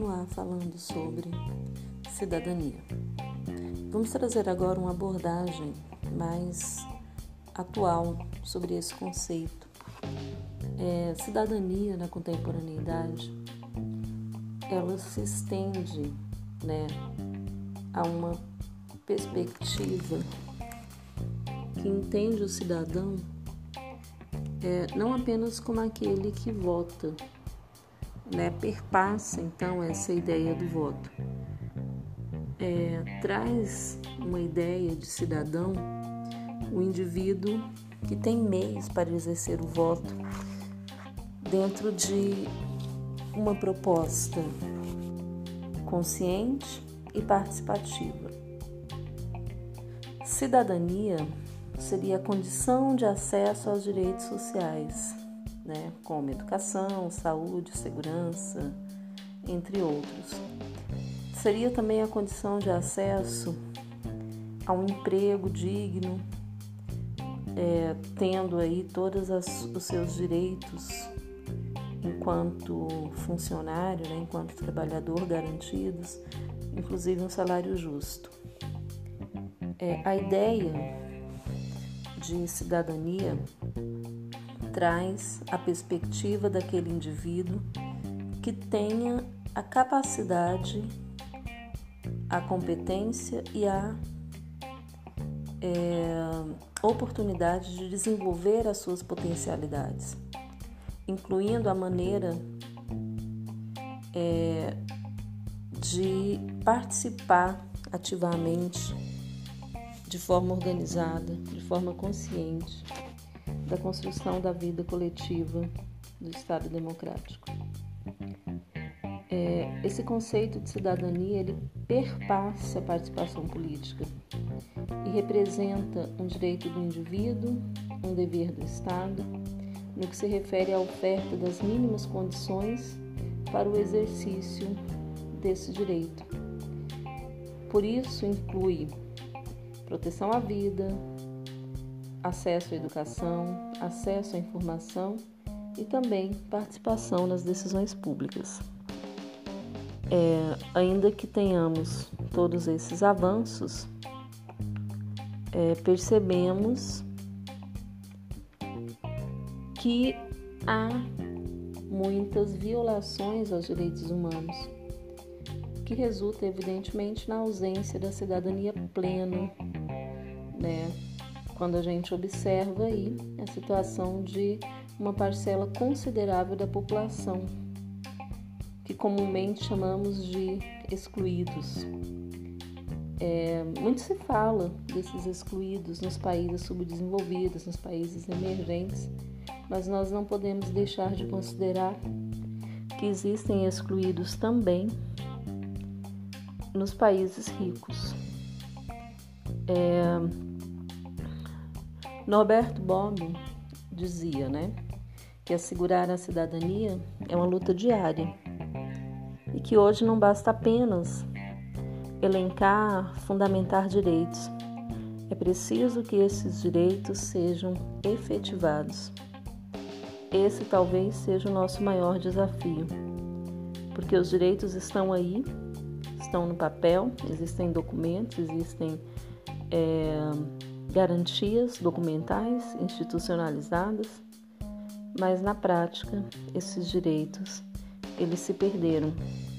continuar falando sobre cidadania. Vamos trazer agora uma abordagem mais atual sobre esse conceito. Cidadania na contemporaneidade, ela se estende, a uma perspectiva que entende o cidadão não apenas como aquele que vota, perpassa então essa ideia do voto. Traz uma ideia de cidadão, o indivíduo que tem meios para exercer o voto dentro de uma proposta consciente e participativa. Cidadania seria a condição de acesso aos direitos sociais, como educação, saúde, segurança, entre outros. Seria também a condição de acesso a um emprego digno, tendo aí todos os seus direitos enquanto funcionário, enquanto trabalhador garantidos, inclusive um salário justo. A ideia de cidadania traz a perspectiva daquele indivíduo que tenha a capacidade, a competência e a oportunidade de desenvolver as suas potencialidades, incluindo a maneira de participar ativamente, de forma organizada, de forma consciente, da construção da vida coletiva do Estado democrático. Esse conceito de cidadania, ele perpassa a participação política e representa um direito do indivíduo, um dever do Estado, no que se refere à oferta das mínimas condições para o exercício desse direito. Por isso, inclui proteção à vida, acesso à educação, acesso à informação e também participação nas decisões públicas. Ainda que tenhamos todos esses avanços, percebemos que há muitas violações aos direitos humanos, que resulta evidentemente na ausência da cidadania plena, quando a gente observa aí a situação de uma parcela considerável da população, que comumente chamamos de excluídos. Muito se fala desses excluídos nos países subdesenvolvidos, nos países emergentes, mas nós não podemos deixar de considerar que existem excluídos também nos países ricos. Norberto Bobbio dizia, que assegurar a cidadania é uma luta diária e que hoje não basta apenas elencar, fundamentar direitos. É preciso que esses direitos sejam efetivados. Esse talvez seja o nosso maior desafio, porque os direitos estão aí, estão no papel, existem documentos, existem garantias documentais, institucionalizadas, mas na prática esses direitos, eles se perderam.